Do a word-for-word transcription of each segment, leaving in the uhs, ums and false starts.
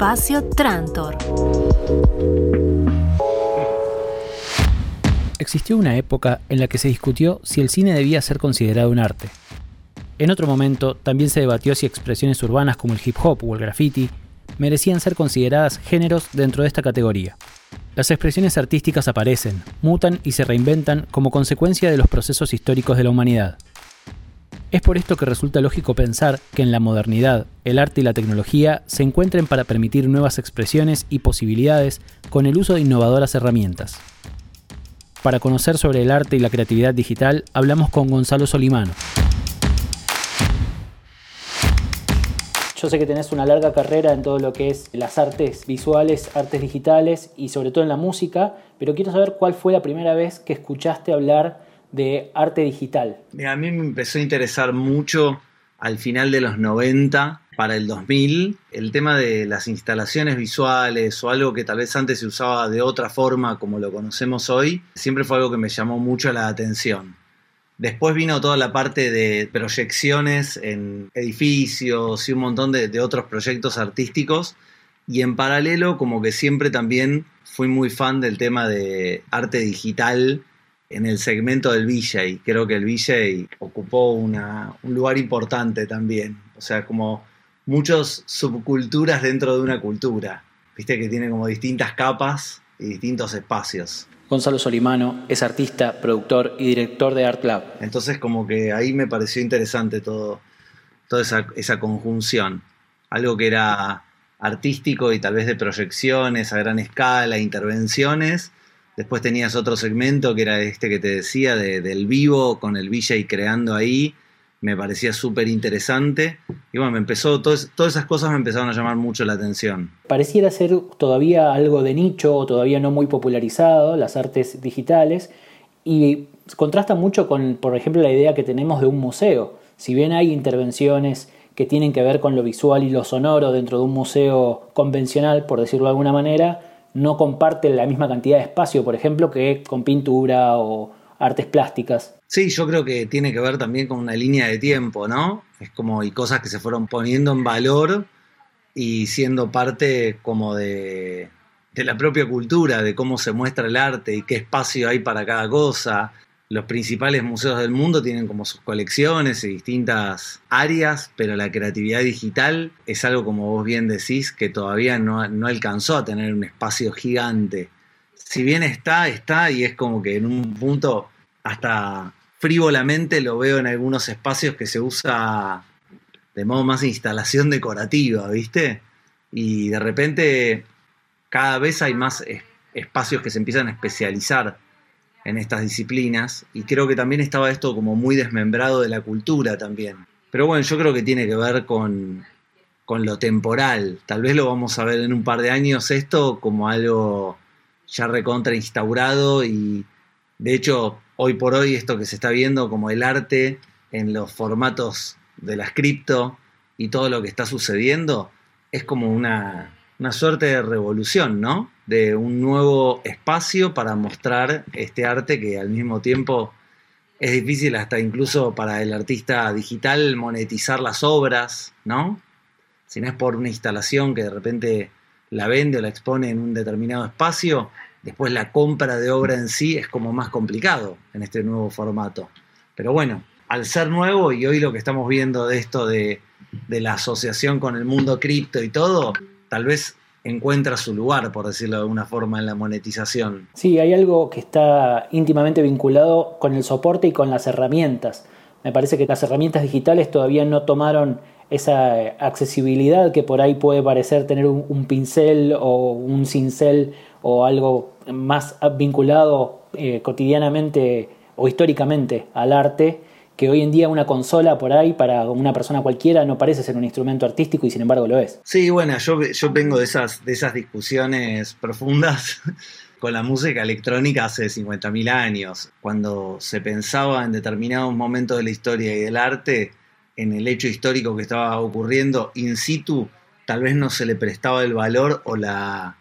Espacio Trantor. Existió una época en la que se discutió si el cine debía ser considerado un arte. En otro momento también se debatió si expresiones urbanas como el hip hop o el graffiti merecían ser consideradas géneros dentro de esta categoría. Las expresiones artísticas aparecen, mutan y se reinventan como consecuencia de los procesos históricos de la humanidad. Es por esto que resulta lógico pensar que en la modernidad, el arte y la tecnología se encuentren para permitir nuevas expresiones y posibilidades con el uso de innovadoras herramientas. Para conocer sobre el arte y la creatividad digital, hablamos con Gonzalo Solimano. Yo sé que tenés una larga carrera en todo lo que es las artes visuales, artes digitales y sobre todo en la música, pero quiero saber cuál fue la primera vez que escuchaste hablar de arte digital. Mira, a mí me empezó a interesar mucho al final de los noventa, para el dos mil, el tema de las instalaciones visuales o algo que tal vez antes se usaba de otra forma como lo conocemos hoy, siempre fue algo que me llamó mucho la atención. Después vino toda la parte de proyecciones en edificios y un montón de, de otros proyectos artísticos, y en paralelo como que siempre también fui muy fan del tema de arte digital en el segmento del V J. Creo que el V J ocupó una, un lugar importante también. O sea, como muchas subculturas dentro de una cultura. Viste que tiene como distintas capas y distintos espacios. Gonzalo Solimano es artista, productor y director de Art Lab. Entonces como que ahí me pareció interesante todo, toda esa, esa conjunción. Algo que era artístico y tal vez de proyecciones a gran escala, intervenciones. Después tenías otro segmento que era este que te decía de, del vivo con el V J creando ahí. Me parecía súper interesante. Y bueno, me empezó, todas, todas esas cosas me empezaron a llamar mucho la atención. Pareciera ser todavía algo de nicho o todavía no muy popularizado, las artes digitales, y contrasta mucho con, por ejemplo, la idea que tenemos de un museo. Si bien hay intervenciones que tienen que ver con lo visual y lo sonoro dentro de un museo convencional, por decirlo de alguna manera, no comparten la misma cantidad de espacio, por ejemplo, que con pintura o artes plásticas. Sí, yo creo que tiene que ver también con una línea de tiempo, ¿no? Es como y cosas que se fueron poniendo en valor y siendo parte como de, de la propia cultura, de cómo se muestra el arte y qué espacio hay para cada cosa. Los principales museos del mundo tienen como sus colecciones y distintas áreas, pero la creatividad digital es algo, como vos bien decís, que todavía no, no alcanzó a tener un espacio gigante. Si bien está, está, y es como que en un punto hasta frívolamente lo veo en algunos espacios que se usa de modo más instalación decorativa, ¿viste? Y de repente cada vez hay más es- espacios que se empiezan a especializar en estas disciplinas, y creo que también estaba esto como muy desmembrado de la cultura también. Pero bueno, yo creo que tiene que ver con, con lo temporal. Tal vez lo vamos a ver en un par de años esto como algo ya recontra instaurado, y de hecho hoy por hoy esto que se está viendo como el arte en los formatos de las cripto y todo lo que está sucediendo es como una, una suerte de revolución, ¿no? De un nuevo espacio para mostrar este arte que al mismo tiempo es difícil hasta incluso para el artista digital monetizar las obras, ¿no? Si no es por una instalación que de repente la vende o la expone en un determinado espacio, después la compra de obra en sí es como más complicado en este nuevo formato. Pero bueno, al ser nuevo y hoy lo que estamos viendo de esto de, de la asociación con el mundo cripto y todo, tal vez encuentra su lugar, por decirlo de alguna forma, en la monetización. Sí, hay algo que está íntimamente vinculado con el soporte y con las herramientas. Me parece que las herramientas digitales todavía no tomaron esa accesibilidad que por ahí puede parecer tener un, un pincel o un cincel o algo más vinculado eh, cotidianamente o históricamente al arte, que hoy en día una consola por ahí para una persona cualquiera no parece ser un instrumento artístico y sin embargo lo es. Sí, bueno, yo, yo vengo de esas, de esas discusiones profundas con la música electrónica hace cincuenta mil años, cuando se pensaba en determinados momentos de la historia y del arte, en el hecho histórico que estaba ocurriendo in situ, tal vez no se le prestaba el valor o la,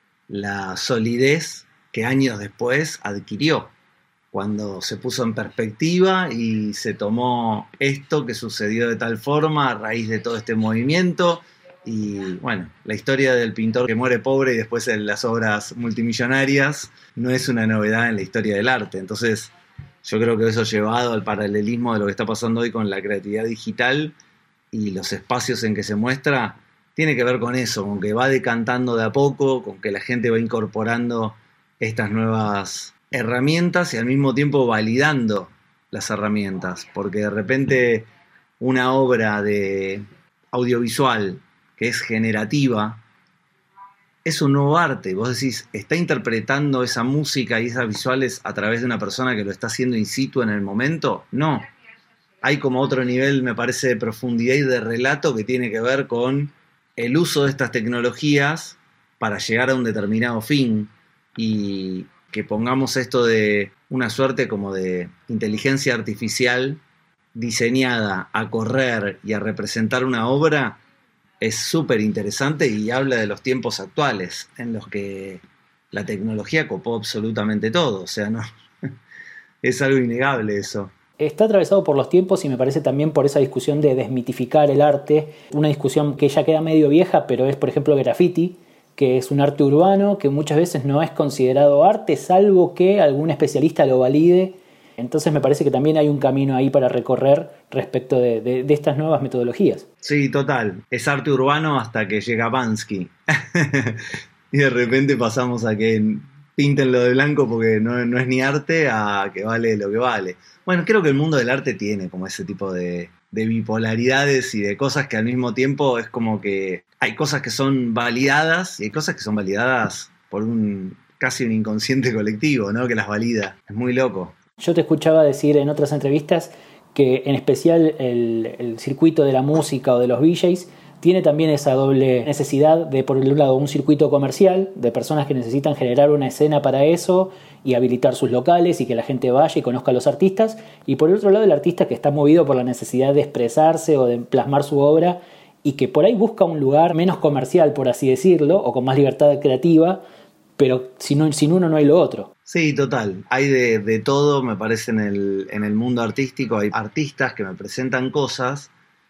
la solidez que años después adquirió, cuando se puso en perspectiva y se tomó esto que sucedió de tal forma a raíz de todo este movimiento Y bueno, la historia del pintor que muere pobre y después en las obras multimillonarias no es una novedad en la historia del arte. Entonces yo creo que eso llevado al paralelismo de lo que está pasando hoy con la creatividad digital y los espacios en que se muestra, tiene que ver con eso, con que va decantando de a poco, con que la gente va incorporando estas nuevas herramientas y al mismo tiempo validando las herramientas, porque de repente una obra de audiovisual que es generativa es un nuevo arte. Vos decís, ¿está interpretando esa música y esas visuales a través de una persona que lo está haciendo in situ en el momento? No. Hay como otro nivel, me parece, de profundidad y de relato que tiene que ver con el uso de estas tecnologías para llegar a un determinado fin, y que pongamos esto de una suerte como de inteligencia artificial diseñada a correr y a representar una obra es súper interesante y habla de los tiempos actuales en los que la tecnología copó absolutamente todo. O sea, no es algo innegable eso. Está atravesado por los tiempos y me parece también por esa discusión de desmitificar el arte, una discusión que ya queda medio vieja, pero es por ejemplo el graffiti, que es un arte urbano que muchas veces no es considerado arte, salvo que algún especialista lo valide. Entonces me parece que también hay un camino ahí para recorrer respecto de, de, de estas nuevas metodologías. Sí, total. Es arte urbano hasta que llega Bansky. Y de repente pasamos a que píntenlo de blanco porque no, no es ni arte, a que vale lo que vale. Bueno, creo que el mundo del arte tiene como ese tipo de, de bipolaridades y de cosas que al mismo tiempo es como que hay cosas que son validadas y hay cosas que son validadas por un casi un inconsciente colectivo, ¿no? Que las valida. Es muy loco. Yo te escuchaba decir en otras entrevistas que en especial el, el circuito de la música o de los D Js tiene también esa doble necesidad de, por un lado, un circuito comercial de personas que necesitan generar una escena para eso y habilitar sus locales y que la gente vaya y conozca a los artistas, y por otro lado el artista que está movido por la necesidad de expresarse o de plasmar su obra y que por ahí busca un lugar menos comercial, por así decirlo, o con más libertad creativa, pero sin, sin uno no hay lo otro. Sí, total. Hay de, de todo, me parece, en el, en el mundo artístico. Hay artistas que me presentan cosas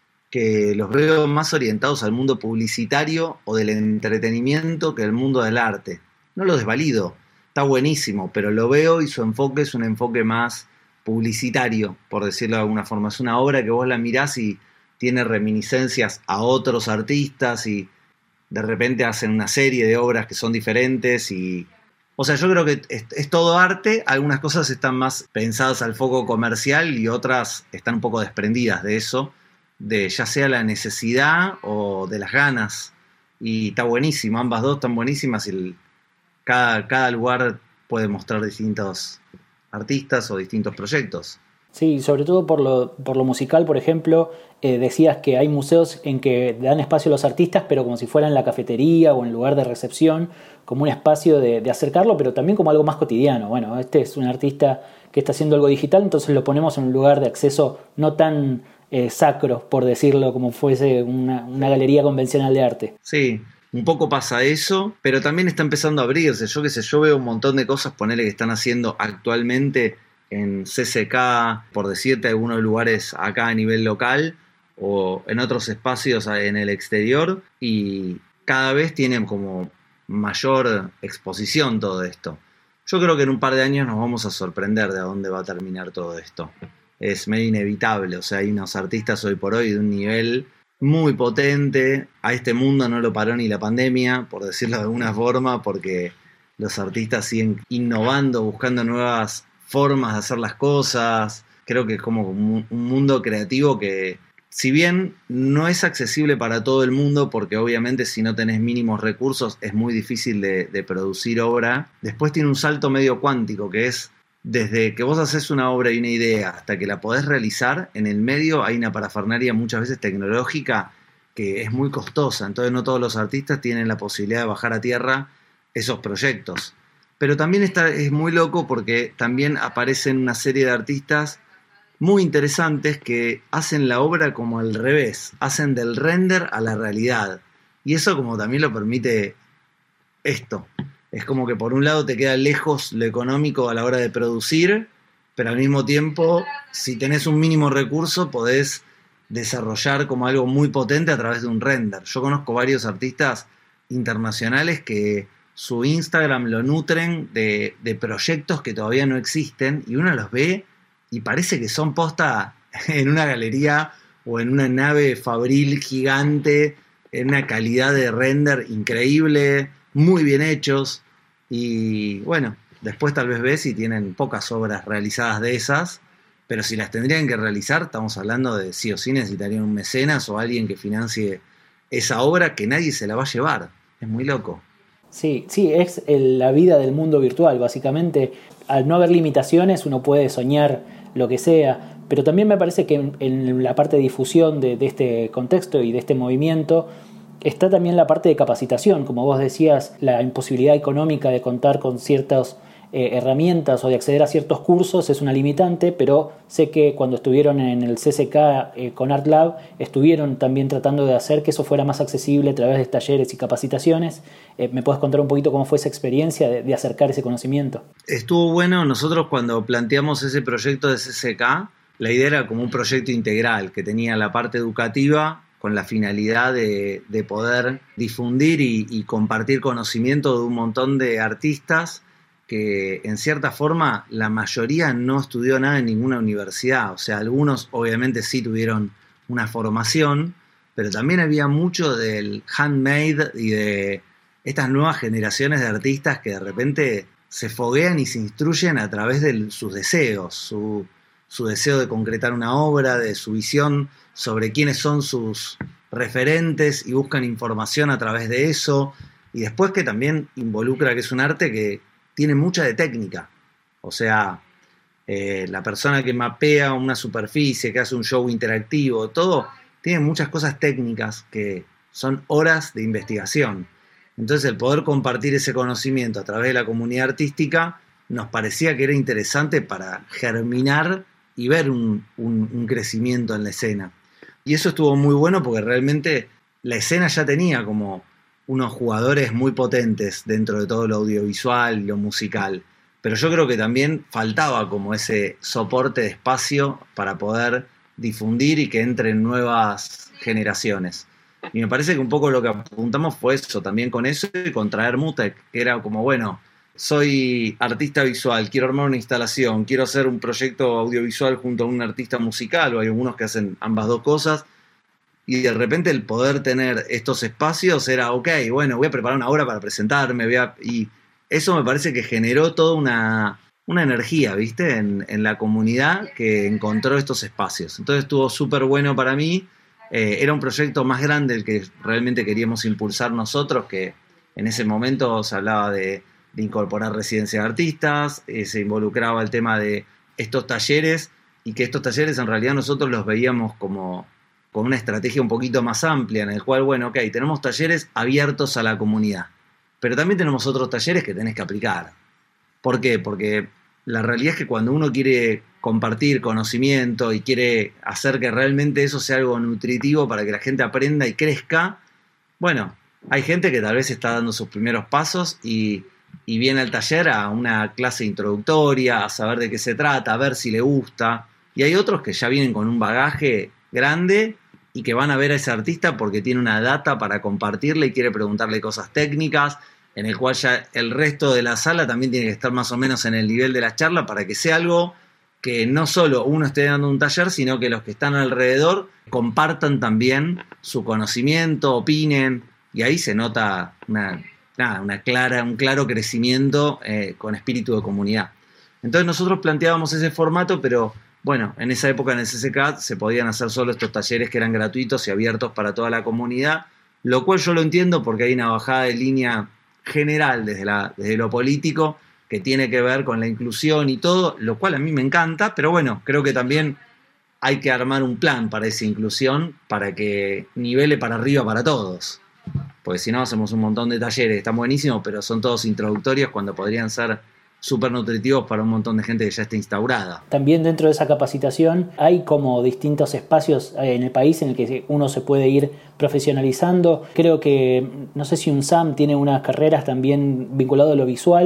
que los veo más orientados al mundo publicitario o del entretenimiento que al mundo del arte. No lo desvalido, está buenísimo, pero lo veo y su enfoque es un enfoque más publicitario, por decirlo de alguna forma. Es una obra que vos la mirás y tiene reminiscencias a otros artistas y de repente hacen una serie de obras que son diferentes y... O sea, yo creo que es, es todo arte, algunas cosas están más pensadas al foco comercial y otras están un poco desprendidas de eso, de ya sea la necesidad o de las ganas, y está buenísimo, ambas dos están buenísimas y el, cada, cada lugar puede mostrar distintos artistas o distintos proyectos. Sí, sobre todo por lo, por lo musical, por ejemplo, eh, decías que hay museos en que dan espacio a los artistas, pero como si fueran la cafetería o en lugar de recepción, como un espacio de, de acercarlo, pero también como algo más cotidiano. Bueno, este es un artista que está haciendo algo digital, entonces lo ponemos en un lugar de acceso no tan eh, sacro, por decirlo, como fuese una, una galería convencional de arte. Sí, un poco pasa eso, pero también está empezando a abrirse. Yo qué sé, yo veo un montón de cosas, ponele, que están haciendo actualmente en C C K, por decirte, algunos lugares acá a nivel local o en otros espacios en el exterior, y cada vez tienen como mayor exposición todo esto. Yo creo que en un par de años nos vamos a sorprender de a dónde va a terminar todo esto. Es medio inevitable, o sea, hay unos artistas hoy por hoy de un nivel muy potente. A este mundo no lo paró ni la pandemia, por decirlo de alguna forma, porque los artistas siguen innovando, buscando nuevas formas de hacer las cosas. Creo que es como un mundo creativo que, si bien no es accesible para todo el mundo, porque obviamente si no tenés mínimos recursos es muy difícil de, de producir obra, después tiene un salto medio cuántico, que es desde que vos haces una obra y una idea hasta que la podés realizar, en el medio hay una parafernalia muchas veces tecnológica que es muy costosa, entonces no todos los artistas tienen la posibilidad de bajar a tierra esos proyectos. Pero también está, es muy loco porque también aparecen una serie de artistas muy interesantes que hacen la obra como al revés, hacen del render a la realidad. Y eso como también lo permite esto. Es como que por un lado te queda lejos lo económico a la hora de producir, pero al mismo tiempo, si tenés un mínimo recurso, podés desarrollar como algo muy potente a través de un render. Yo conozco varios artistas internacionales que su Instagram lo nutren de, de proyectos que todavía no existen y uno los ve y parece que son posta en una galería o en una nave fabril gigante, en una calidad de render increíble, muy bien hechos. Y bueno, después tal vez ves si tienen pocas obras realizadas de esas, pero si las tendrían que realizar, estamos hablando de sí o sí necesitarían un mecenas o alguien que financie esa obra que nadie se la va a llevar. Es muy loco. Sí, sí, es el, la vida del mundo virtual, básicamente. Al no haber limitaciones, uno puede soñar lo que sea, pero también me parece que en, en la parte de difusión de, de este contexto y de este movimiento está también la parte de capacitación. Como vos decías, la imposibilidad económica de contar con ciertas eh, herramientas o de acceder a ciertos cursos es una limitante, pero sé que cuando estuvieron en el C C K eh, con Art Lab, estuvieron también tratando de hacer que eso fuera más accesible a través de talleres y capacitaciones. Eh, ¿Me puedes contar un poquito cómo fue esa experiencia de, de acercar ese conocimiento? Estuvo bueno. Nosotros cuando planteamos ese proyecto de C C K, la idea era como un proyecto integral que tenía la parte educativa con la finalidad de, de poder difundir y, y compartir conocimiento de un montón de artistas que en cierta forma la mayoría no estudió nada en ninguna universidad. O sea, algunos obviamente sí tuvieron una formación, pero también había mucho del handmade y de estas nuevas generaciones de artistas que de repente se foguean y se instruyen a través de sus deseos, su, su deseo de concretar una obra, de su visión sobre quiénes son sus referentes y buscan información a través de eso. Y después que también involucra que es un arte que tiene mucha de técnica. O sea, eh, la persona que mapea una superficie, que hace un show interactivo, todo tiene muchas cosas técnicas que son horas de investigación. Entonces el poder compartir ese conocimiento a través de la comunidad artística nos parecía que era interesante para germinar y ver un, un, un crecimiento en la escena. Y eso estuvo muy bueno porque realmente la escena ya tenía como unos jugadores muy potentes dentro de todo lo audiovisual y lo musical. Pero yo creo que también faltaba como ese soporte de espacio para poder difundir y que entren nuevas generaciones. Y me parece que un poco lo que apuntamos fue eso, también con eso y con traer Mutec, que era como, bueno, soy artista visual, quiero armar una instalación, quiero hacer un proyecto audiovisual junto a un artista musical, o hay algunos que hacen ambas dos cosas, y de repente el poder tener estos espacios era, ok, bueno, voy a preparar una obra para presentarme, voy a... y eso me parece que generó toda una, una energía, ¿viste? En, en la comunidad que encontró estos espacios. Entonces estuvo súper bueno para mí. Eh, era un proyecto más grande el que realmente queríamos impulsar nosotros, que en ese momento se hablaba de, de incorporar residencia de artistas, eh, se involucraba el tema de estos talleres, y que estos talleres en realidad nosotros los veíamos como con una estrategia un poquito más amplia, en el cual, bueno, ok, tenemos talleres abiertos a la comunidad, pero también tenemos otros talleres que tenés que aplicar. ¿Por qué? Porque la realidad es que cuando uno quiere compartir conocimiento y quiere hacer que realmente eso sea algo nutritivo para que la gente aprenda y crezca, bueno, hay gente que tal vez está dando sus primeros pasos y, y viene al taller a una clase introductoria, a saber de qué se trata, a ver si le gusta, y hay otros que ya vienen con un bagaje grande y que van a ver a ese artista porque tiene una data para compartirle y quiere preguntarle cosas técnicas, en el cual ya el resto de la sala también tiene que estar más o menos en el nivel de la charla para que sea algo que no solo uno esté dando un taller, sino que los que están alrededor compartan también su conocimiento, opinen, y ahí se nota una, nada, una clara, un claro crecimiento eh, con espíritu de comunidad. Entonces nosotros planteábamos ese formato, pero bueno, en esa época en el C C K se podían hacer solo estos talleres que eran gratuitos y abiertos para toda la comunidad, lo cual yo lo entiendo porque hay una bajada de línea general desde, la, desde lo político que tiene que ver con la inclusión y todo, lo cual a mí me encanta, pero bueno, creo que también hay que armar un plan para esa inclusión para que nivele para arriba para todos, porque si no hacemos un montón de talleres, están buenísimos, pero son todos introductorios cuando podrían ser súper nutritivos para un montón de gente que ya está instaurada. También dentro de esa capacitación hay como distintos espacios en el país en el que uno se puede ir profesionalizando. Creo que, no sé si UNSAM tiene unas carreras también vinculadas a lo visual,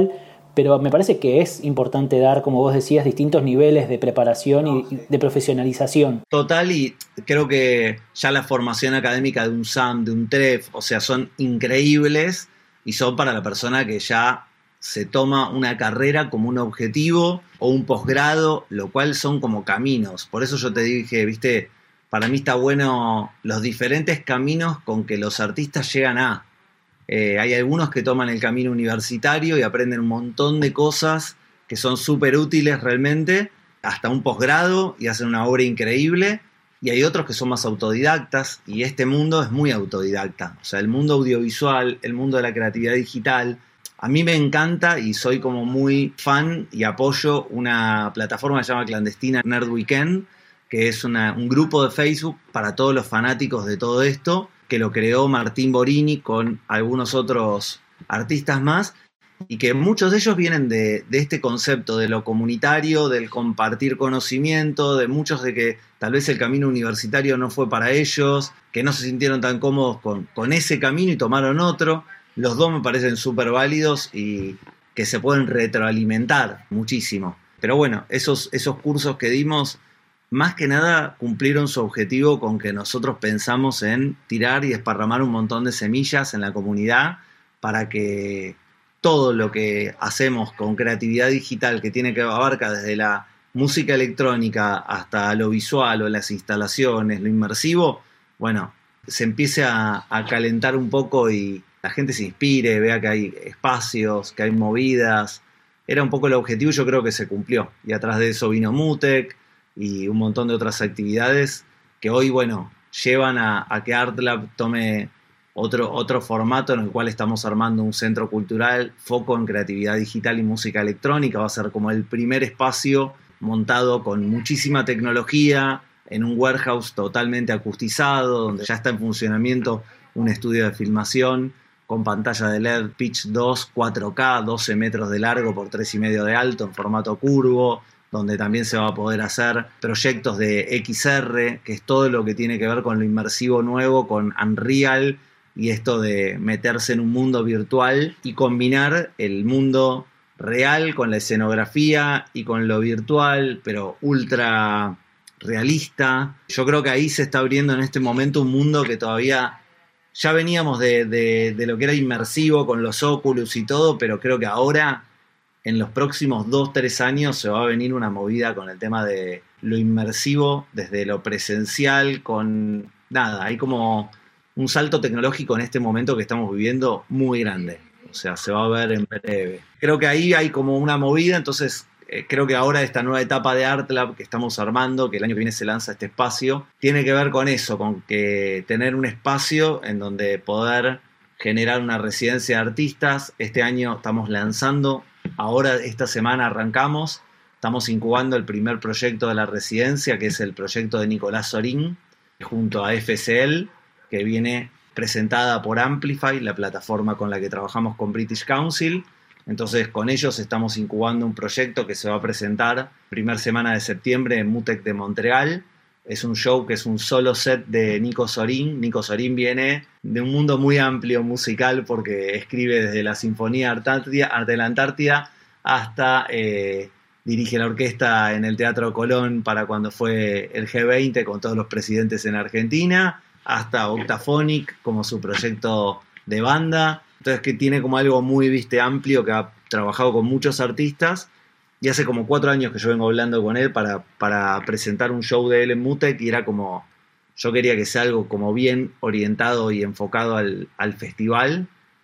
pero me parece que es importante dar, como vos decías, distintos niveles de preparación y de profesionalización. Total, y creo que ya la formación académica de un S A M, de un T R E F, o sea, son increíbles y son para la persona que ya se toma una carrera como un objetivo o un posgrado, lo cual son como caminos. Por eso yo te dije, viste, para mí está bueno los diferentes caminos con que los artistas llegan a. Eh, hay algunos que toman el camino universitario y aprenden un montón de cosas que son súper útiles realmente, hasta un posgrado, y hacen una obra increíble. Y hay otros que son más autodidactas, y este mundo es muy autodidacta. O sea, el mundo audiovisual, el mundo de la creatividad digital, a mí me encanta y soy como muy fan y apoyo una plataforma que se llama Clandestina Nerd Weekend, que es una, un grupo de Facebook para todos los fanáticos de todo esto, que lo creó Martín Borini con algunos otros artistas más, y que muchos de ellos vienen de, de este concepto de lo comunitario, del compartir conocimiento, de muchos de que tal vez el camino universitario no fue para ellos, que no se sintieron tan cómodos con, con ese camino y tomaron otro. Los dos me parecen súper válidos y que se pueden retroalimentar muchísimo. Pero bueno, esos, esos cursos que dimos, más que nada cumplieron su objetivo con que nosotros pensamos en tirar y desparramar un montón de semillas en la comunidad para que todo lo que hacemos con creatividad digital, que tiene que abarcar desde la música electrónica hasta lo visual o las instalaciones, lo inmersivo, bueno, se empiece a, a calentar un poco y la gente se inspire, vea que hay espacios, que hay movidas. Era un poco el objetivo y yo creo que se cumplió. Y atrás de eso vino Mutec y un montón de otras actividades que hoy, bueno, llevan a, a que ArtLab tome otro, otro formato en el cual estamos armando un centro cultural, foco en creatividad digital y música electrónica. Va a ser como el primer espacio montado con muchísima tecnología, en un warehouse totalmente acustizado, donde ya está en funcionamiento un estudio de filmación con pantalla de L E D Pitch dos, cuatro K, doce metros de largo por tres y medio de alto en formato curvo, donde también se va a poder hacer proyectos de X R, que es todo lo que tiene que ver con lo inmersivo nuevo, con Unreal y esto de meterse en un mundo virtual y combinar el mundo real con la escenografía y con lo virtual, pero ultra realista. Yo creo que ahí se está abriendo en este momento un mundo que todavía ya veníamos de, de, de lo que era inmersivo con los Oculus y todo, pero creo que ahora en los próximos dos, tres años se va a venir una movida con el tema de lo inmersivo desde lo presencial, con nada, hay como un salto tecnológico en este momento que estamos viviendo muy grande, o sea, se va a ver en breve. Creo que ahí hay como una movida, entonces eh, creo que ahora esta nueva etapa de ArtLab que estamos armando, que el año que viene se lanza este espacio, tiene que ver con eso, con que tener un espacio en donde poder generar una residencia de artistas. Este año estamos lanzando, ahora esta semana arrancamos, estamos incubando el primer proyecto de la residencia, que es el proyecto de Nicolás Sorín, junto a F C L, que viene presentada por Amplify, la plataforma con la que trabajamos con British Council. Entonces con ellos estamos incubando un proyecto que se va a presentar primera semana de septiembre en Mutec de Montreal. Es un show que es un solo set de Nico Sorín. Nico Sorín viene de un mundo muy amplio musical porque escribe desde la Sinfonía Antártida, de la Antártida hasta eh, dirige la orquesta en el Teatro Colón para cuando fue el G veinte con todos los presidentes en Argentina, hasta Octaphonic como su proyecto de banda. Entonces que tiene como algo muy, viste, amplio, que ha trabajado con muchos artistas. Y hace como cuatro años que yo vengo hablando con él para, para presentar un show de él en Mutec y era como, yo quería que sea algo como bien orientado y enfocado al, al festival.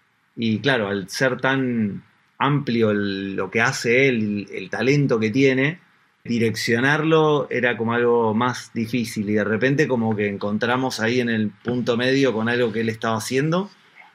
Y claro, al ser tan amplio el, lo que hace él, el, el talento que tiene, direccionarlo era como algo más difícil. Y de repente como que encontramos ahí en el punto medio con algo que él estaba haciendo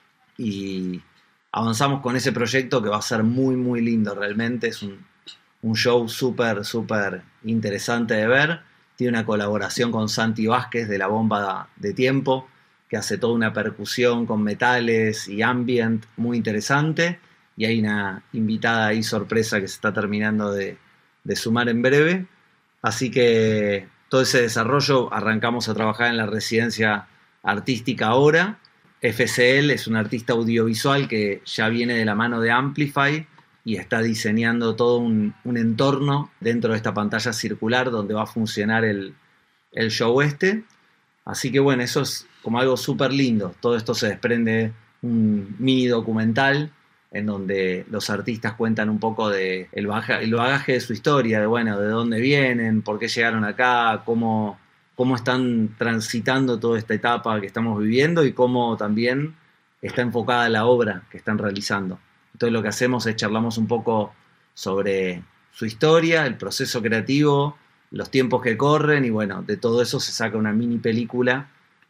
y avanzamos con ese proyecto que va a ser muy, muy lindo. Realmente es un... un show súper, súper interesante de ver. Tiene una colaboración con Santi Vázquez de La Bomba de Tiempo, que hace toda una percusión con metales y ambient muy interesante. Y hay una invitada ahí sorpresa que se está terminando de, de sumar en breve. Así que todo ese desarrollo arrancamos a trabajar en la residencia artística ahora. F C L es un artista audiovisual que ya viene de la mano de Amplify, y está diseñando todo un, un entorno dentro de esta pantalla circular donde va a funcionar el, el show este. Así que bueno, eso es como algo súper lindo. Todo esto se desprende de un mini documental en donde los artistas cuentan un poco de el bagaje, el bagaje de su historia, de bueno, de dónde vienen, por qué llegaron acá, cómo, cómo están transitando toda esta etapa que estamos viviendo y cómo también está enfocada la obra que están realizando. Entonces lo que hacemos es charlamos un poco sobre su historia, el proceso creativo, los tiempos que corren y bueno, de todo eso se saca una mini película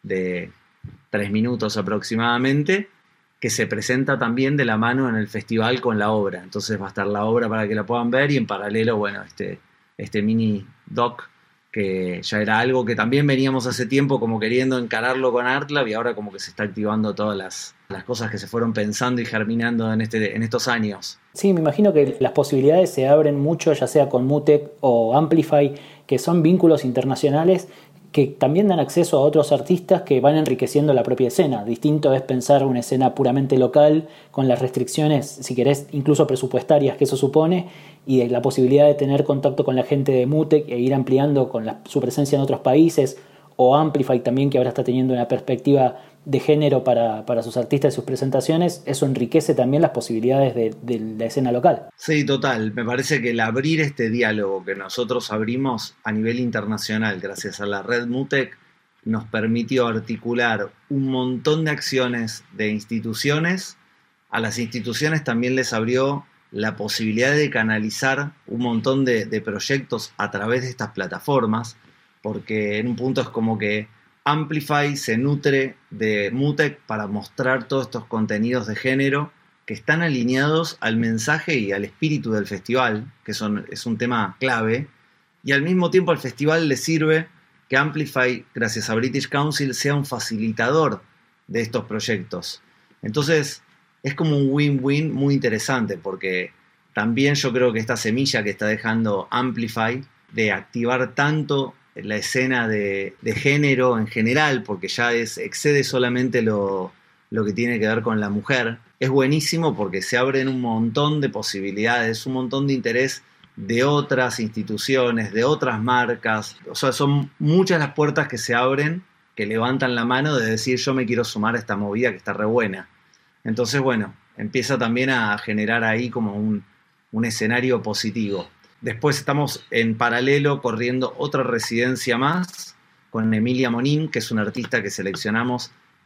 de tres minutos aproximadamente que se presenta también de la mano en el festival con la obra. Entonces va a estar la obra para que la puedan ver y en paralelo, bueno, este, este mini doc que ya era algo que también veníamos hace tiempo como queriendo encararlo con ArtLab y ahora como que se está activando todas las, las cosas que se fueron pensando y germinando en, este, en estos años. Sí, me imagino que las posibilidades se abren mucho, ya sea con Mutec o Amplify, que son vínculos internacionales que también dan acceso a otros artistas que van enriqueciendo la propia escena. Distinto es pensar una escena puramente local, con las restricciones, si querés, incluso presupuestarias que eso supone, y de la posibilidad de tener contacto con la gente de Mutec e ir ampliando con la, su presencia en otros países, o Amplify también, que ahora está teniendo una perspectiva de género para, para sus artistas y sus presentaciones. Eso enriquece también las posibilidades de, de la escena local. Sí, total. Me parece que el abrir este diálogo que nosotros abrimos a nivel internacional gracias a la red Mutec nos permitió articular un montón de acciones de instituciones. A las instituciones también les abrió la posibilidad de canalizar un montón de, de proyectos a través de estas plataformas, porque en un punto es como que Amplify se nutre de Mutec para mostrar todos estos contenidos de género que están alineados al mensaje y al espíritu del festival, que son, es un tema clave, y al mismo tiempo al festival le sirve que Amplify, gracias a British Council, sea un facilitador de estos proyectos. Entonces es como un win-win muy interesante, porque también yo creo que esta semilla que está dejando Amplify de activar tanto la escena de, de género en general, porque ya es, excede solamente lo, lo que tiene que ver con la mujer, es buenísimo porque se abren un montón de posibilidades, un montón de interés de otras instituciones, de otras marcas. O sea, son muchas las puertas que se abren, que levantan la mano de decir yo me quiero sumar a esta movida que está re buena. Entonces, bueno, empieza también a generar ahí como un, un escenario positivo. Después estamos en paralelo corriendo otra residencia más con Emilia Monín, que es una artista que seleccionamos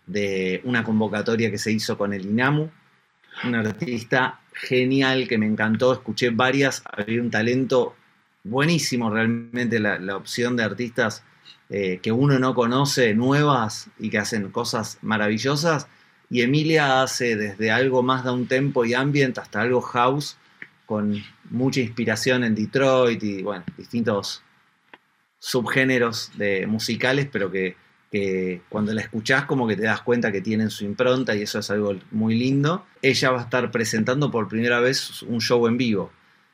de una convocatoria que se hizo con el INAMU. Una artista genial que me encantó, escuché varias, había un talento buenísimo realmente, la, la opción de artistas eh, que uno no conoce, nuevas y que hacen cosas maravillosas. Y Emilia hace desde algo más downtempo y ambient hasta algo house, con mucha inspiración en Detroit y bueno, distintos subgéneros de musicales, pero que, que cuando la escuchás como que te das cuenta que tienen su impronta y eso es algo muy lindo. Ella va a estar presentando por primera vez un show en vivo.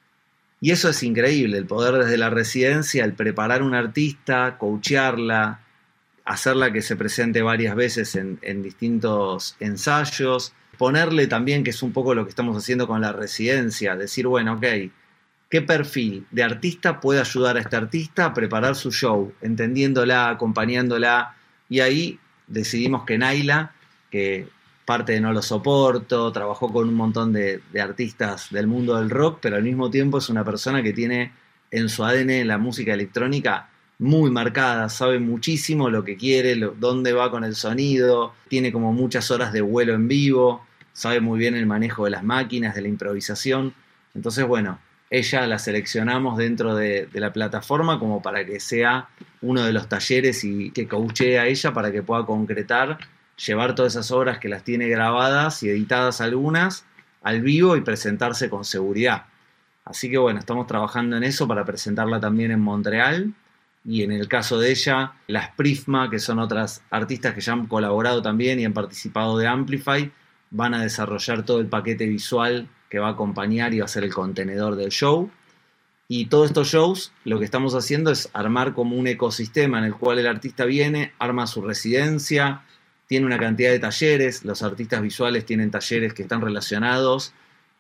Y eso es increíble, el poder desde la residencia, el preparar un artista, coachearla, hacerla que se presente varias veces en, en distintos ensayos, ponerle también, que es un poco lo que estamos haciendo con la residencia, decir, bueno, ok, ¿qué perfil de artista puede ayudar a este artista a preparar su show? Entendiéndola, acompañándola, y ahí decidimos que Naila, que parte de No Lo Soporto, trabajó con un montón de, de artistas del mundo del rock, pero al mismo tiempo es una persona que tiene en su A D N la música electrónica muy marcada, sabe muchísimo lo que quiere, lo, dónde va con el sonido, tiene como muchas horas de vuelo en vivo, sabe muy bien el manejo de las máquinas, de la improvisación. Entonces, bueno, ella la seleccionamos dentro de, de la plataforma como para que sea uno de los talleres y que coachee a ella para que pueda concretar, llevar todas esas obras que las tiene grabadas y editadas algunas al vivo y presentarse con seguridad. Así que bueno, estamos trabajando en eso para presentarla también en Montreal. Y en el caso de ella, las Prisma, que son otras artistas que ya han colaborado también y han participado de Amplify, van a desarrollar todo el paquete visual que va a acompañar y va a ser el contenedor del show. Y todos estos shows, lo que estamos haciendo es armar como un ecosistema en el cual el artista viene, arma su residencia, tiene una cantidad de talleres, los artistas visuales tienen talleres que están relacionados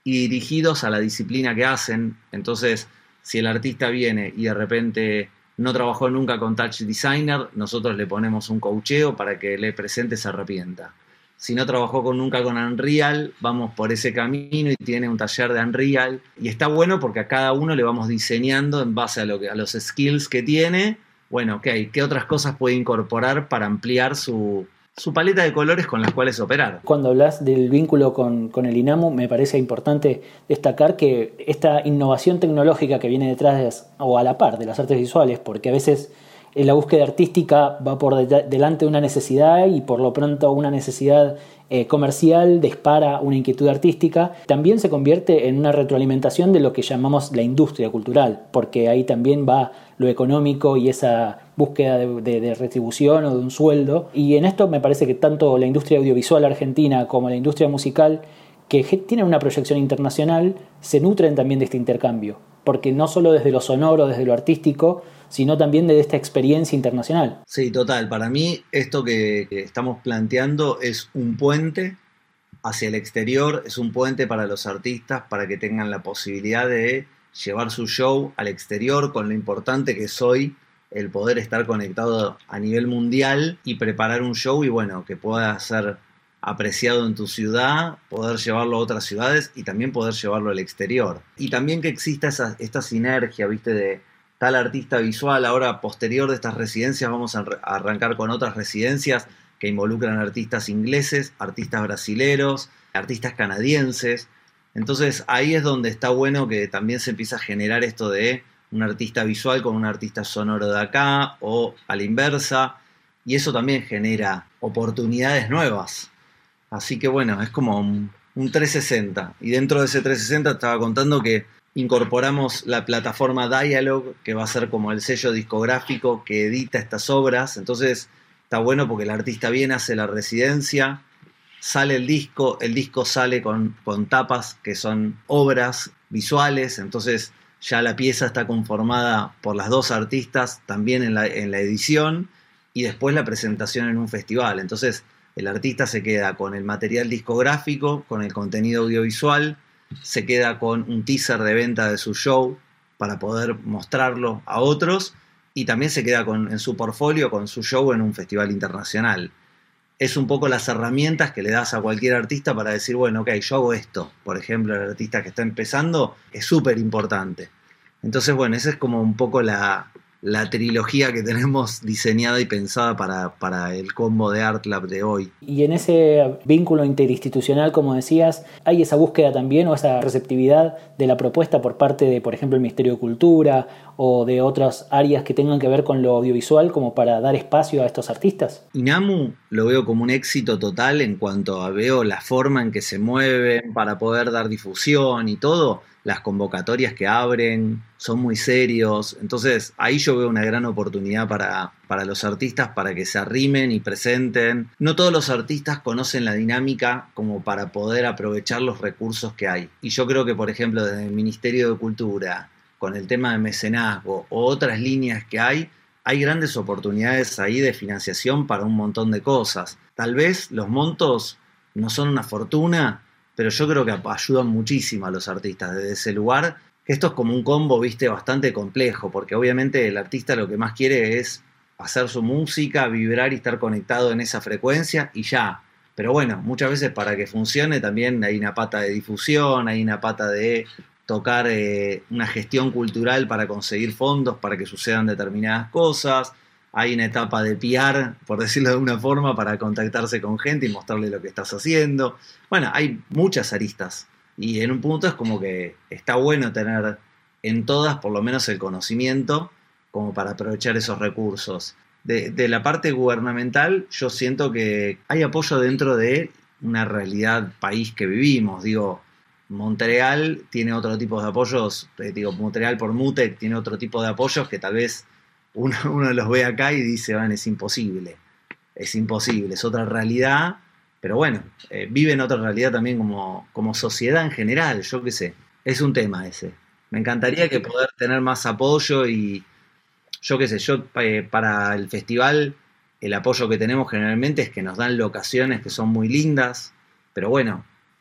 y dirigidos a la disciplina que hacen. Entonces, si el artista viene y de repente no trabajó nunca con Touch Designer, nosotros le ponemos un coacheo para que le presente se arrepienta. Si no trabajó con, nunca con Unreal, vamos por ese camino y tiene un taller de Unreal. Y está bueno porque a cada uno le vamos diseñando en base a, lo que, a los skills que tiene. Bueno, ok, ¿qué otras cosas puede incorporar para ampliar su, su paleta de colores con las cuales operar? Cuando hablas del vínculo con, con el INAMU, me parece importante destacar que esta innovación tecnológica que viene detrás de, o a la par de las artes visuales, porque a veces en la búsqueda artística va por de- delante de una necesidad y por lo pronto una necesidad eh, comercial dispara una inquietud artística, también se convierte en una retroalimentación de lo que llamamos la industria cultural, porque ahí también va lo económico y esa búsqueda de, de, de retribución o de un sueldo. Y en esto me parece que tanto la industria audiovisual argentina como la industria musical, que tienen una proyección internacional, se nutren también de este intercambio, porque no solo desde lo sonoro, desde lo artístico, sino también de esta experiencia internacional. Sí, total. Para mí esto que, que estamos planteando es un puente hacia el exterior, es un puente para los artistas para que tengan la posibilidad de llevar su show al exterior, con lo importante que es hoy el poder estar conectado a nivel mundial y preparar un show y bueno, que pueda ser apreciado en tu ciudad, poder llevarlo a otras ciudades y también poder llevarlo al exterior. Y también que exista esa, esta sinergia, ¿viste? De tal artista visual, ahora posterior de estas residencias vamos a arrancar con otras residencias que involucran artistas ingleses, artistas brasileros, artistas canadienses. Entonces ahí es donde está bueno que también se empieza a generar esto de un artista visual con un artista sonoro de acá o a la inversa, y eso también genera oportunidades nuevas. Así que bueno, es como un, un trescientos sesenta, y dentro de ese trescientos sesenta estaba contando que incorporamos la plataforma Dialog, que va a ser como el sello discográfico que edita estas obras. Entonces está bueno porque el artista viene, hace la residencia, sale el disco, el disco sale con, con tapas que son obras visuales, entonces ya la pieza está conformada por las dos artistas también en la, en la edición y después la presentación en un festival. Entonces el artista se queda con el material discográfico, con el contenido audiovisual, se queda con un teaser de venta de su show para poder mostrarlo a otros y también se queda con, en su portfolio con su show en un festival internacional. Es un poco las herramientas que le das a cualquier artista para decir, bueno, ok, yo hago esto. Por ejemplo, el artista que está empezando es súper importante. Entonces, bueno, esa es como un poco la, la trilogía que tenemos diseñada y pensada para, para el combo de ArtLab de hoy. Y en ese vínculo interinstitucional, como decías, ¿hay esa búsqueda también o esa receptividad de la propuesta por parte de, por ejemplo, el Ministerio de Cultura o de otras áreas que tengan que ver con lo audiovisual como para dar espacio a estos artistas? INAMU lo veo como un éxito total en cuanto a veo la forma en que se mueven para poder dar difusión y todo. Las convocatorias que abren son muy serios, entonces ahí yo veo una gran oportunidad para, para los artistas para que se arrimen y presenten. No todos los artistas conocen la dinámica como para poder aprovechar los recursos que hay. Y yo creo que, por ejemplo, desde el Ministerio de Cultura, con el tema de mecenazgo o otras líneas que hay, hay grandes oportunidades ahí de financiación para un montón de cosas. Tal vez los montos no son una fortuna, pero yo creo que ayudan muchísimo a los artistas desde ese lugar, que esto es como un combo, viste, bastante complejo, porque obviamente el artista lo que más quiere es hacer su música, vibrar y estar conectado en esa frecuencia y ya. Pero bueno, muchas veces para que funcione también hay una pata de difusión, hay una pata de tocar eh, una gestión cultural para conseguir fondos para que sucedan determinadas cosas. Hay una etapa de P R, por decirlo de alguna forma, para contactarse con gente y mostrarle lo que estás haciendo. Bueno, hay muchas aristas. Y en un punto es como que está bueno tener en todas por lo menos el conocimiento como para aprovechar esos recursos. De, de la parte gubernamental, yo siento que hay apoyo dentro de una realidad país que vivimos. Digo, Montreal tiene otro tipo de apoyos. Eh, digo, Montreal por Mutec tiene otro tipo de apoyos que tal vez Uno, uno los ve acá y dice, van, es imposible, es imposible, es otra realidad, pero bueno, eh, viven otra realidad también como, como sociedad en general, yo qué sé, es un tema ese. Me encantaría que poder tener más apoyo y yo qué sé, yo eh, para el festival el apoyo que tenemos generalmente es que nos dan locaciones que son muy lindas, pero bueno,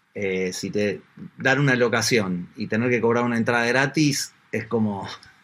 Eh, si te dan una locación y tener que cobrar una entrada gratis, es como...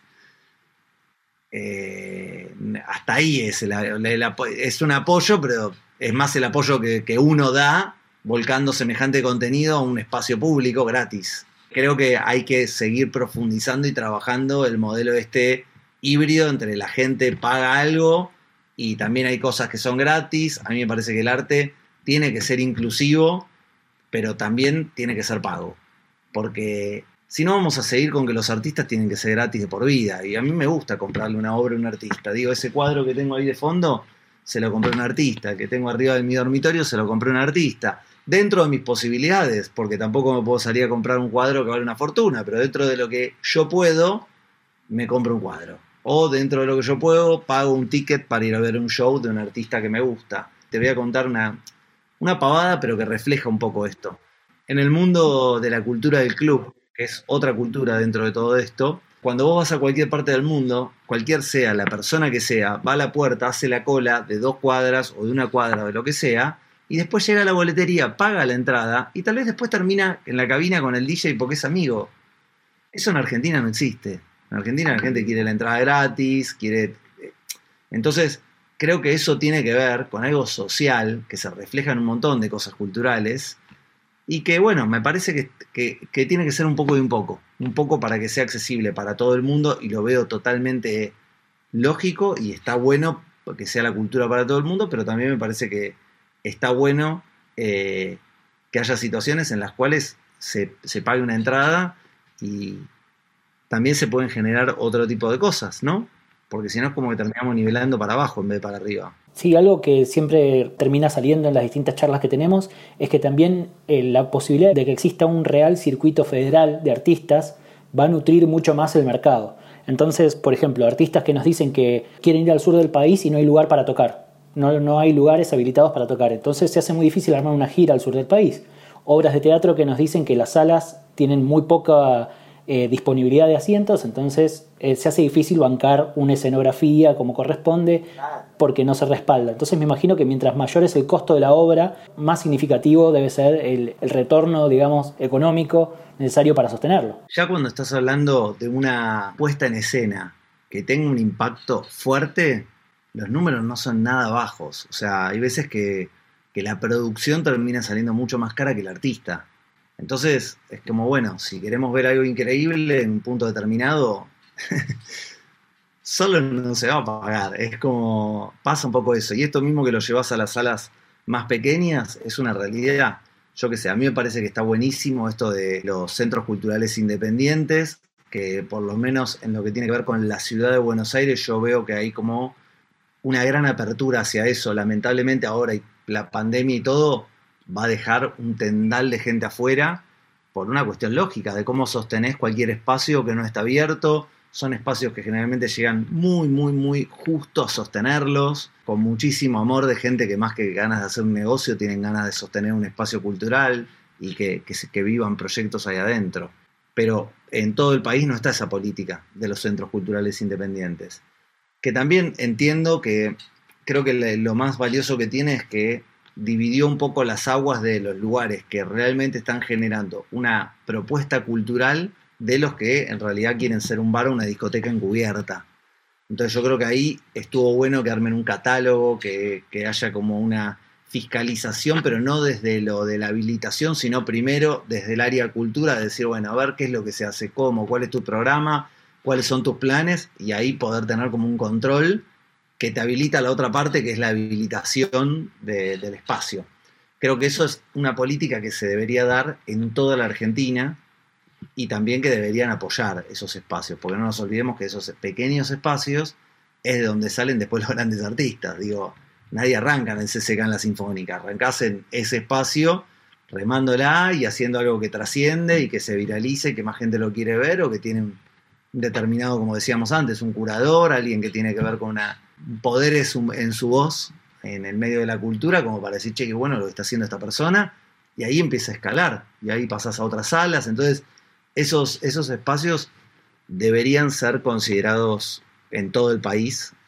Eh, hasta ahí es, el, el, el, es un apoyo, pero es más el apoyo que, que uno da volcando semejante contenido a un espacio público gratis. Creo que hay que seguir profundizando y trabajando el modelo este híbrido entre la gente paga algo y también hay cosas que son gratis. A mí me parece que el arte tiene que ser inclusivo, pero también tiene que ser pago, porque si no vamos a seguir con que los artistas tienen que ser gratis de por vida, y a mí me gusta comprarle una obra a un artista. Digo, ese cuadro que tengo ahí de fondo se lo compré a un artista, que tengo arriba de mi dormitorio se lo compré a un artista, dentro de mis posibilidades, porque tampoco me puedo salir a comprar un cuadro que vale una fortuna, pero dentro de lo que yo puedo me compro un cuadro, o dentro de lo que yo puedo pago un ticket para ir a ver un show de un artista que me gusta. Te voy a contar una Una pavada, pero que refleja un poco esto. En el mundo de la cultura del club, que es otra cultura dentro de todo esto, cuando vos vas a cualquier parte del mundo, cualquier sea la persona que sea, va a la puerta, hace la cola de dos cuadras o de una cuadra o de lo que sea, y después llega a la boletería, paga la entrada, y tal vez después termina en la cabina con el D J porque es amigo. Eso en Argentina no existe. En Argentina la gente quiere la entrada gratis, quiere... Entonces... creo que eso tiene que ver con algo social que se refleja en un montón de cosas culturales y que, bueno, me parece que, que, que tiene que ser un poco de un poco, un poco para que sea accesible para todo el mundo, y lo veo totalmente lógico y está bueno que sea la cultura para todo el mundo, pero también me parece que está bueno eh, que haya situaciones en las cuales se, se pague una entrada y también se pueden generar otro tipo de cosas, ¿no? Porque si no es como que terminamos nivelando para abajo en vez de para arriba. Sí, algo que siempre termina saliendo en las distintas charlas que tenemos es que también eh, la posibilidad de que exista un real circuito federal de artistas va a nutrir mucho más el mercado. Entonces, por ejemplo, artistas que nos dicen que quieren ir al sur del país y no hay lugar para tocar. No, no hay lugares habilitados para tocar. Entonces se hace muy difícil armar una gira al sur del país. Obras de teatro que nos dicen que las salas tienen muy poca... Eh, disponibilidad de asientos, entonces eh, se hace difícil bancar una escenografía como corresponde porque no se respalda. Entonces me imagino que mientras mayor es el costo de la obra, más significativo debe ser el, el retorno, digamos, económico necesario para sostenerlo. Ya cuando estás hablando de una puesta en escena que tenga un impacto fuerte, los números no son nada bajos. O sea, hay veces que, que la producción termina saliendo mucho más cara que el artista. Entonces, es como, bueno, si queremos ver algo increíble en un punto determinado, solo no se va a pagar. Es como, pasa un poco eso. Y esto mismo que lo llevas a las salas más pequeñas, es una realidad. Yo qué sé, a mí me parece que está buenísimo esto de los centros culturales independientes, que por lo menos en lo que tiene que ver con la ciudad de Buenos Aires, yo veo que hay como una gran apertura hacia eso. Lamentablemente ahora la pandemia y todo va a dejar un tendal de gente afuera por una cuestión lógica de cómo sostenés cualquier espacio que no está abierto. Son espacios que generalmente llegan muy, muy, muy justo a sostenerlos, con muchísimo amor de gente que más que ganas de hacer un negocio tienen ganas de sostener un espacio cultural y que, que, que vivan proyectos ahí adentro. Pero en todo el país no está esa política de los centros culturales independientes. Que también entiendo que creo que lo más valioso que tiene es que dividió un poco las aguas de los lugares que realmente están generando una propuesta cultural de los que en realidad quieren ser un bar o una discoteca encubierta. Entonces yo creo que ahí estuvo bueno que armen un catálogo, que, que haya como una fiscalización, pero no desde lo de la habilitación, sino primero desde el área cultura, de decir, bueno, a ver qué es lo que se hace, cómo, cuál es tu programa, cuáles son tus planes, y ahí poder tener como un control que te habilita la otra parte, que es la habilitación de, del espacio. Creo que eso es una política que se debería dar en toda la Argentina y también que deberían apoyar esos espacios, porque no nos olvidemos que esos pequeños espacios es de donde salen después los grandes artistas. Digo, nadie arranca en el C C K en la Sinfónica, arrancás en ese espacio remándola y haciendo algo que trasciende y que se viralice, que más gente lo quiere ver, o que tiene un determinado, como decíamos antes, un curador, alguien que tiene que ver con una poderes en su voz en el medio de la cultura, como para decir, che, qué bueno lo que está haciendo esta persona, y ahí empieza a escalar, y ahí pasas a otras salas. Entonces esos, esos espacios deberían ser considerados en todo el país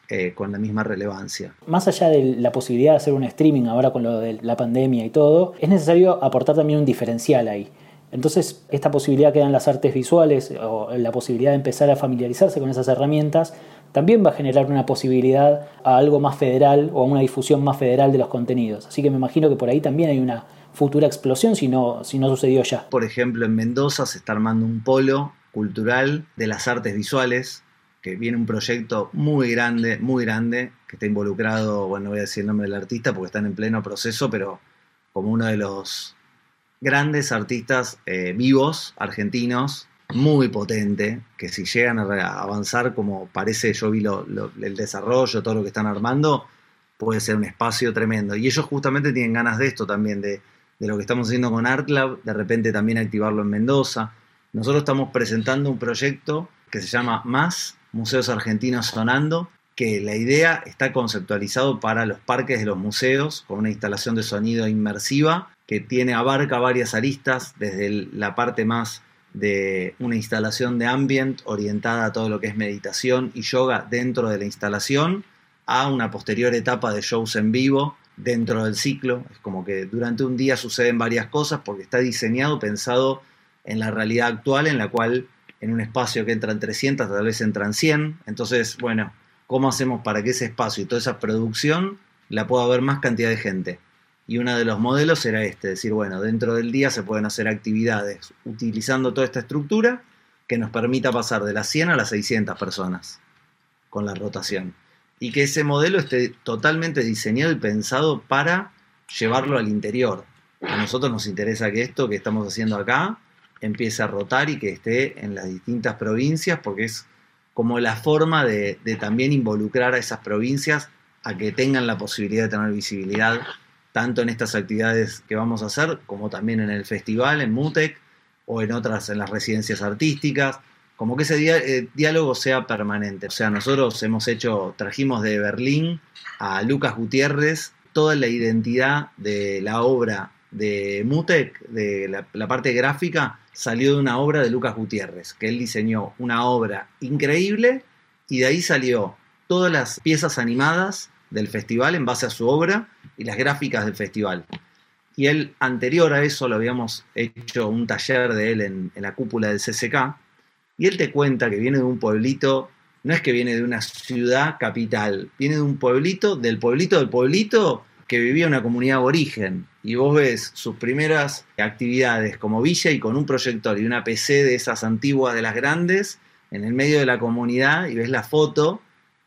eh, con la misma relevancia. Más allá de la posibilidad de hacer un streaming ahora con lo de la pandemia y todo, es necesario aportar también un diferencial ahí. Entonces, esta posibilidad que dan las artes visuales o la posibilidad de empezar a familiarizarse con esas herramientas también va a generar una posibilidad a algo más federal o a una difusión más federal de los contenidos. Así que me imagino que por ahí también hay una futura explosión si no, si no sucedió ya. Por ejemplo, en Mendoza se está armando un polo cultural de las artes visuales, que viene un proyecto muy grande, muy grande, que está involucrado, bueno, no voy a decir el nombre del artista porque están en pleno proceso, pero como uno de los grandes artistas eh, vivos, argentinos, muy potente, que si llegan a avanzar como parece, yo vi lo, lo, el desarrollo, todo lo que están armando, puede ser un espacio tremendo. Y ellos justamente tienen ganas de esto también, de, de lo que estamos haciendo con ArtLab, de repente también activarlo en Mendoza. Nosotros estamos presentando un proyecto que se llama Más, Museos Argentinos Sonando, que la idea está conceptualizado para los parques de los museos, con una instalación de sonido inmersiva, que tiene, abarca varias aristas, desde el, la parte más de una instalación de ambient orientada a todo lo que es meditación y yoga dentro de la instalación, a una posterior etapa de shows en vivo dentro del ciclo. Es como que durante un día suceden varias cosas porque está diseñado, pensado en la realidad actual, en la cual en un espacio que entran trescientas, tal vez entran cien. Entonces, bueno, ¿cómo hacemos para que ese espacio y toda esa producción la pueda ver más cantidad de gente? Y uno de los modelos era este, decir, bueno, dentro del día se pueden hacer actividades utilizando toda esta estructura que nos permita pasar de las cien a las seiscientas personas con la rotación. Y que ese modelo esté totalmente diseñado y pensado para llevarlo al interior. A nosotros nos interesa que esto que estamos haciendo acá empiece a rotar y que esté en las distintas provincias, porque es como la forma de, de también involucrar a esas provincias a que tengan la posibilidad de tener visibilidad, tanto en estas actividades que vamos a hacer, como también en el festival, en MUTEC, o en otras, en las residencias artísticas, como que ese di- eh, diálogo sea permanente. O sea, nosotros hemos hecho, trajimos de Berlín a Lucas Gutiérrez toda la identidad de la obra de MUTEC, de la, la parte gráfica, salió de una obra de Lucas Gutiérrez, que él diseñó una obra increíble, y de ahí salió todas las piezas animadas del festival en base a su obra y las gráficas del festival. Y él, anterior a eso, lo habíamos hecho un taller de él en, en la cúpula del C C K, y él te cuenta que viene de un pueblito, no es que viene de una ciudad capital, viene de un pueblito, del pueblito del pueblito, que vivía una comunidad aborigen, y vos ves sus primeras actividades como villa y con un proyector y una P C de esas antiguas de las grandes, en el medio de la comunidad, y ves la foto,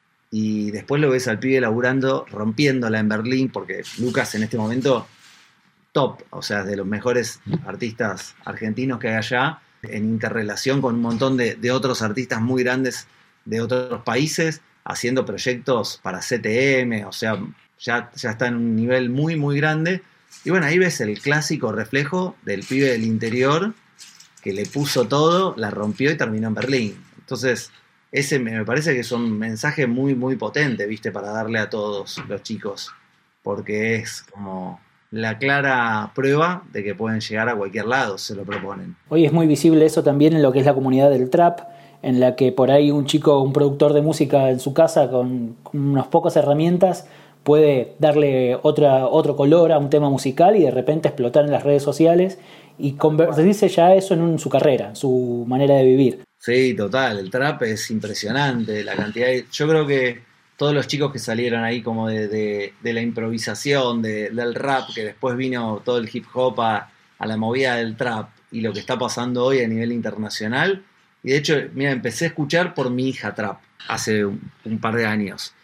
y después lo ves al pibe laburando, rompiéndola en Berlín, porque Lucas en este momento top, o sea, de los mejores artistas argentinos que hay allá, en interrelación con un montón de, de otros artistas muy grandes de otros países, haciendo proyectos para C T M, o sea, ya, ya está en un nivel muy, muy grande. Y bueno, ahí ves el clásico reflejo del pibe del interior, que le puso todo, la rompió y terminó en Berlín. Entonces, ese me parece que es un mensaje muy, muy potente, ¿viste? Para darle a todos los chicos, porque es como la clara prueba de que pueden llegar a cualquier lado, se lo proponen. Hoy es muy visible eso también en lo que es la comunidad del trap, en la que por ahí un chico, un productor de música en su casa con, con unas pocas herramientas puede darle otra, otro color a un tema musical y de repente explotar en las redes sociales y convertirse ya eso en un, su carrera, en su manera de vivir. Sí, total, el trap es impresionante, la cantidad de... Yo creo que todos los chicos que salieron ahí como de, de, de la improvisación, de, del rap, que después vino todo el hip hop a, a la movida del trap y lo que está pasando hoy a nivel internacional. Y de hecho, mira, empecé a escuchar por mi hija trap hace un, un par de años.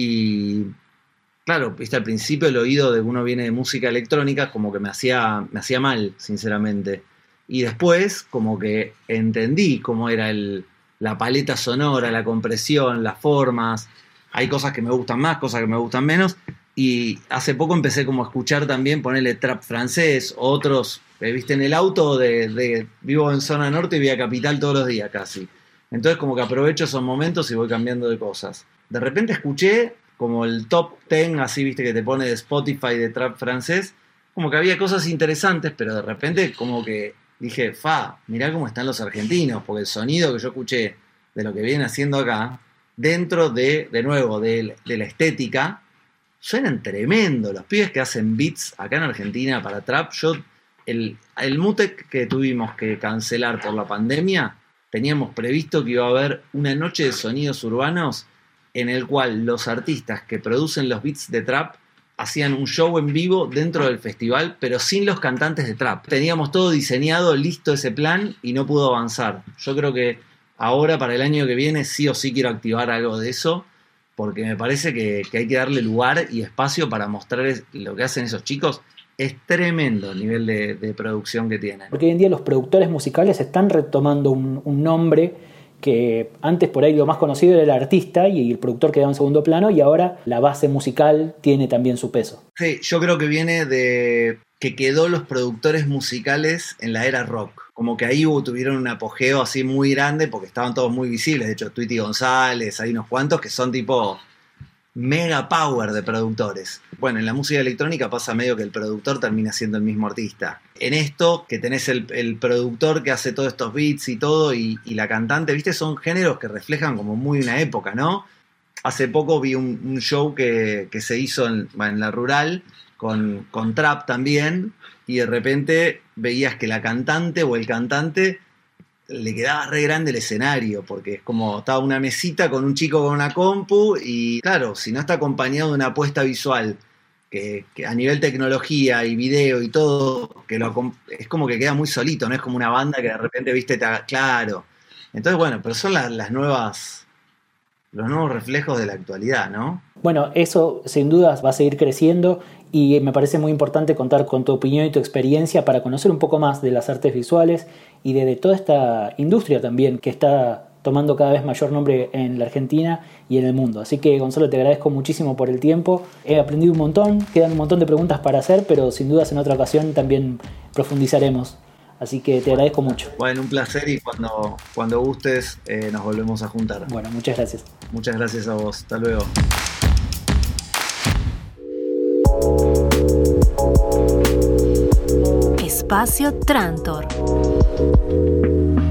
Y claro, viste, al principio el oído de uno viene de música electrónica como que me hacía, me hacía mal, sinceramente. Y después como que entendí cómo era el, la paleta sonora, la compresión, las formas. Hay cosas que me gustan más, cosas que me gustan menos. Y hace poco empecé como a escuchar también, ponerle trap francés, otros, viste, en el auto de, de vivo en zona norte y voy a Capital todos los días casi. Entonces como que aprovecho esos momentos y voy cambiando de cosas. De repente escuché como el top diez, así viste que te pone de Spotify de trap francés, como que había cosas interesantes, pero de repente como que dije, fa, mirá cómo están los argentinos, porque el sonido que yo escuché de lo que vienen haciendo acá dentro de, de nuevo, de, de la estética, suenan tremendo. Los pibes que hacen beats acá en Argentina para trap, yo, el, el Mutec que tuvimos que cancelar por la pandemia, teníamos previsto que iba a haber una noche de sonidos urbanos en el cual los artistas que producen los beats de trap hacían un show en vivo dentro del festival, pero sin los cantantes de trap. Teníamos todo diseñado, listo ese plan, y no pudo avanzar. Yo creo que ahora, para el año que viene, sí o sí quiero activar algo de eso, porque me parece que, que hay que darle lugar y espacio para mostrar lo que hacen esos chicos. Es tremendo el nivel de, de producción que tienen. Porque hoy en día los productores musicales están retomando un, un nombre que antes por ahí lo más conocido era el artista y el productor quedaba en segundo plano, y ahora la base musical tiene también su peso. Sí, yo creo que viene de que quedó los productores musicales en la era rock. Como que ahí hubo, tuvieron un apogeo así muy grande porque estaban todos muy visibles. De hecho, Tweety González, hay unos cuantos que son tipo mega power de productores. Bueno, en la música electrónica pasa medio que el productor termina siendo el mismo artista. En esto, que tenés el, el productor que hace todos estos beats y todo, y, y la cantante, ¿viste? Son géneros que reflejan como muy una época, ¿no? Hace poco vi un, un show que, que se hizo en, en la Rural, con, con trap también, y de repente veías que la cantante o el cantante le quedaba re grande el escenario, porque es como estaba una mesita con un chico con una compu, y claro, si no está acompañado de una apuesta visual que, que a nivel tecnología y video y todo, que lo, es como que queda muy solito, no es como una banda que de repente, viste, te, claro. Entonces, bueno, pero son las, las nuevas, los nuevos reflejos de la actualidad, ¿no? Bueno, eso sin duda va a seguir creciendo, y me parece muy importante contar con tu opinión y tu experiencia para conocer un poco más de las artes visuales y de, de toda esta industria también que está tomando cada vez mayor nombre en la Argentina y en el mundo. Así que, Gonzalo, te agradezco muchísimo por el tiempo. He aprendido un montón, quedan un montón de preguntas para hacer, pero sin dudas en otra ocasión también profundizaremos. Así que te agradezco mucho. Bueno, un placer, y cuando, cuando gustes eh, nos volvemos a juntar. Bueno, muchas gracias. Muchas gracias a vos. Hasta luego. Espacio Trantor.